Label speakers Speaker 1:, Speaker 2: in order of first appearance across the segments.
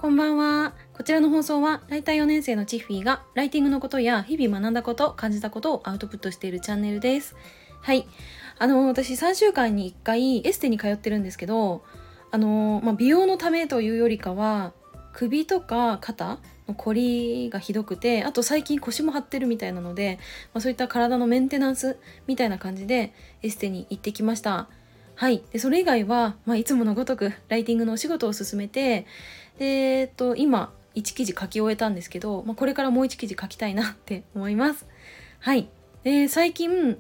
Speaker 1: こんばんは。こちらの放送はライター4年生のチッフィーがライティングのことや日々学んだこと、感じたことをアウトプットしているチャンネルです。はい。私3週間に1回エステに通ってるんですけど、美容のためというよりかは首とか肩のこりがひどくて、あと最近腰も張ってるみたいなので、そういった体のメンテナンスみたいな感じでエステに行ってきました。はい。でそれ以外は、いつものごとくライティングのお仕事を進めて、で今1記事書き終えたんですけど、これからもう1記事書きたいなって思います。はい。で最近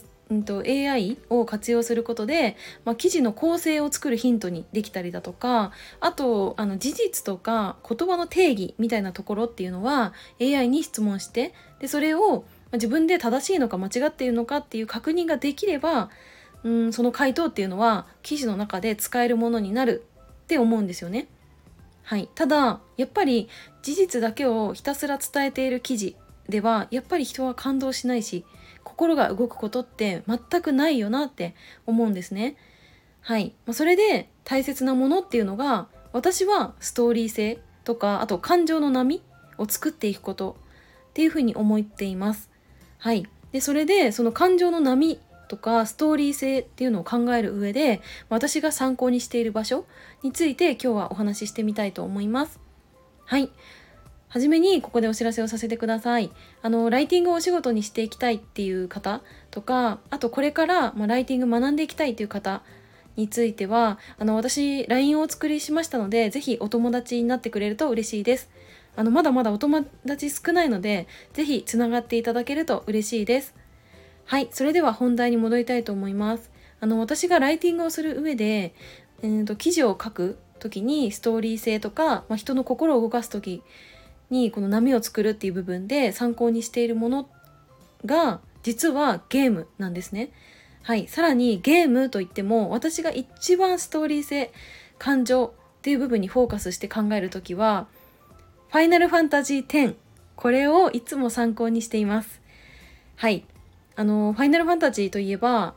Speaker 1: AI を活用することで、記事の構成を作るヒントにできたりだとか、あと事実とか言葉の定義みたいなところっていうのは AI に質問して、でそれを自分で正しいのか間違っているのかっていう確認ができれば、その回答っていうのは記事の中で使えるものになるって思うんですよね。はい、ただやっぱり事実だけをひたすら伝えている記事ではやっぱり人は感動しないし、心が動くことって全くないよなって思うんですね。はい、それで大切なものっていうのが、私はストーリー性とか、あと感情の波を作っていくことっていうふうに思っています。はい、でそれでその感情の波とかストーリー性っていうのを考える上で、私が参考にしている場所について今日はお話ししてみたいと思います。はい。はじめにここでお知らせをさせてください。ライティングをお仕事にしていきたいっていう方とか、あとこれから、ライティング学んでいきたいっていう方については、私 LINE をお作りしましたので、ぜひお友達になってくれると嬉しいです。まだまだお友達少ないので、ぜひつながっていただけると嬉しいです。はい、それでは本題に戻りたいと思います。私がライティングをする上で、記事を書く時にストーリー性とか、人の心を動かす時にこの波を作るっていう部分で参考にしているものが実はゲームなんですね。はい、さらにゲームといっても、私が一番ストーリー性、感情っていう部分にフォーカスして考えるときはファイナルファンタジー10、これをいつも参考にしています。はい、ファイナルファンタジーといえば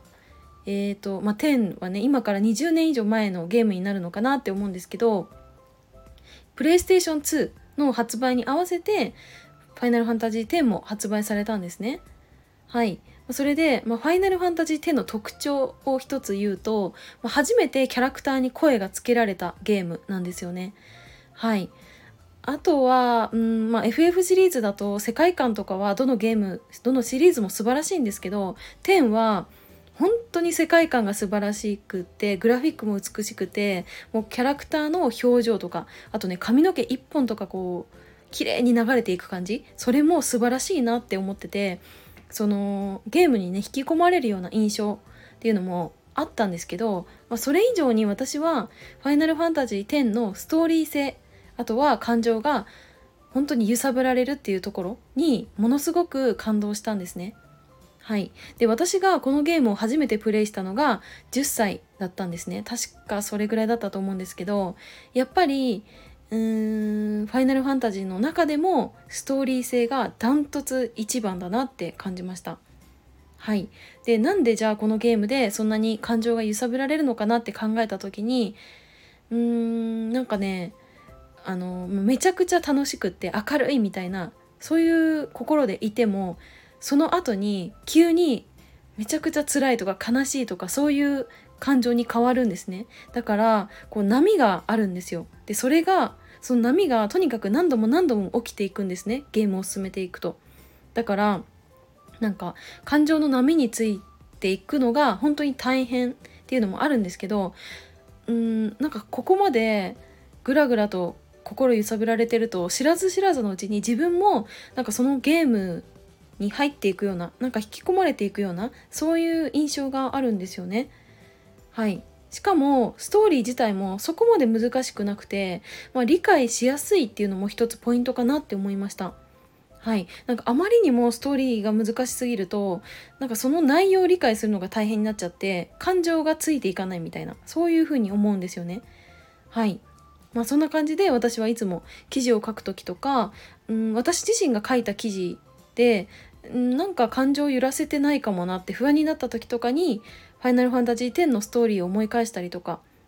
Speaker 1: 10はね、今から20年以上前のゲームになるのかなって思うんですけど、プレイステーション2の発売に合わせてファイナルファンタジー10も発売されたんですね。はい。それで、ファイナルファンタジー10の特徴を一つ言うと、初めてキャラクターに声がつけられたゲームなんですよね。はい。あとは、FF シリーズだと世界観とかはどのゲーム、どのシリーズも素晴らしいんですけど、10は本当に世界観が素晴らしくて、グラフィックも美しくて、もうキャラクターの表情とか、あとね、髪の毛一本とかこう綺麗に流れていく感じ、それも素晴らしいなって思ってて、そのゲームにね引き込まれるような印象っていうのもあったんですけど、それ以上に私はファイナルファンタジー10のストーリー性、あとは感情が本当に揺さぶられるっていうところにものすごく感動したんですね。はい。で、私がこのゲームを初めてプレイしたのが10歳だったんですね。確かそれぐらいだったと思うんですけど、やっぱりファイナルファンタジーの中でもストーリー性がダントツ一番だなって感じました。はい。で、なんでじゃあこのゲームでそんなに感情が揺さぶられるのかなって考えた時に、なんかね、めちゃくちゃ楽しくって明るいみたいな、そういう心でいても、その後に急にめちゃくちゃ辛いとか悲しいとか、そういう感情に変わるんですね。だからこう波があるんですよ。でそれが、その波がとにかく何度も何度も起きていくんですね、ゲームを進めていくと。だからなんか感情の波についていくのが本当に大変っていうのもあるんですけど、なんかここまでぐらぐらと心揺さぶられてると、知らず知らずのうちに自分もなんかそのゲームに入っていくような、なんか引き込まれていくような、そういう印象があるんですよね。はい。しかもストーリー自体もそこまで難しくなくて、理解しやすいっていうのも一つポイントかなって思いました。はい。なんかあまりにもストーリーが難しすぎると、なんかその内容を理解するのが大変になっちゃって、感情がついていかないみたいな、そういうふうに思うんですよね。はい。そんな感じで私はいつも記事を書くときとか、私自身が書いた記事で、なんか感情を揺らせてないかもなって不安になった時とかにファイナルファンタジー10のストーリーを思い返したりとか、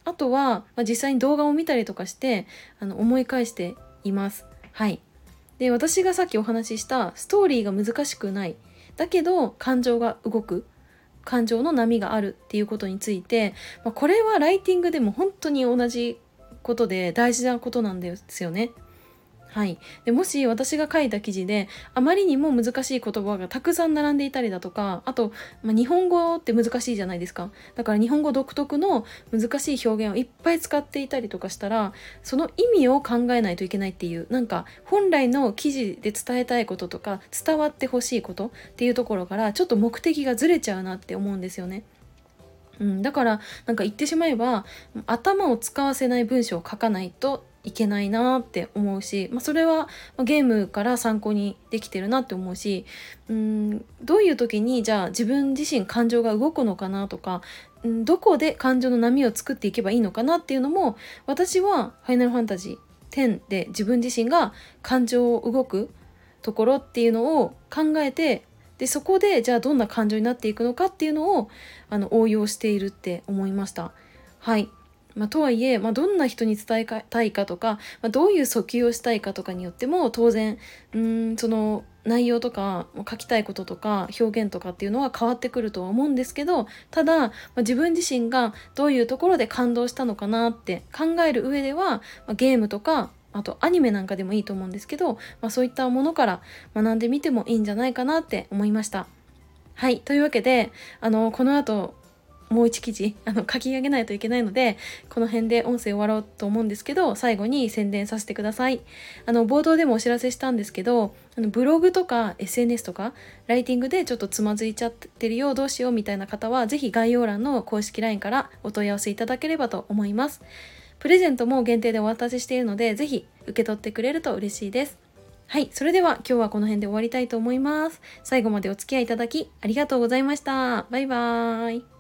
Speaker 1: あとは、実際に動画を見たりとかして思い返しています。はい。で、私がさっきお話ししたストーリーが難しくない、だけど感情が動く、感情の波があるっていうことについて、これはライティングでも本当に同じことで大事なことなんですよね。はい、でもし私が書いた記事であまりにも難しい言葉がたくさん並んでいたりだとか、あと、日本語って難しいじゃないですか。だから日本語独特の難しい表現をいっぱい使っていたりとかしたら、その意味を考えないといけないっていう、なんか本来の記事で伝えたいこととか伝わってほしいことっていうところからちょっと目的がずれちゃうなって思うんですよね。だからなんか言ってしまえば頭を使わせない文章を書かないといけないなって思うし、それはゲームから参考にできてるなって思うし、どういう時にじゃあ自分自身感情が動くのかなとか、どこで感情の波を作っていけばいいのかなっていうのも、私はファイナルファンタジー10で自分自身が感情を動くところっていうのを考えて、でそこでじゃあどんな感情になっていくのかっていうのを応用しているって思いました。はい。とはいえ、どんな人に伝えたいかとか、どういう訴求をしたいかとかによっても当然その内容とか書きたいこととか表現とかっていうのは変わってくるとは思うんですけど、ただ、自分自身がどういうところで感動したのかなって考える上では、ゲームとかあとアニメなんかでもいいと思うんですけど、そういったものから学んでみてもいいんじゃないかなって思いました。はい。というわけで、この後、もう一記事書き上げないといけないので、この辺で音声終わろうと思うんですけど、最後に宣伝させてください。冒頭でもお知らせしたんですけど、ブログとか SNS とかライティングでちょっとつまずいちゃってるよ、どうしようみたいな方は、ぜひ概要欄の公式 LINE からお問い合わせいただければと思います。プレゼントも限定でお渡ししているので、ぜひ受け取ってくれると嬉しいです。はい、それでは今日はこの辺で終わりたいと思います。最後までお付き合いいただきありがとうございました。バイバーイ。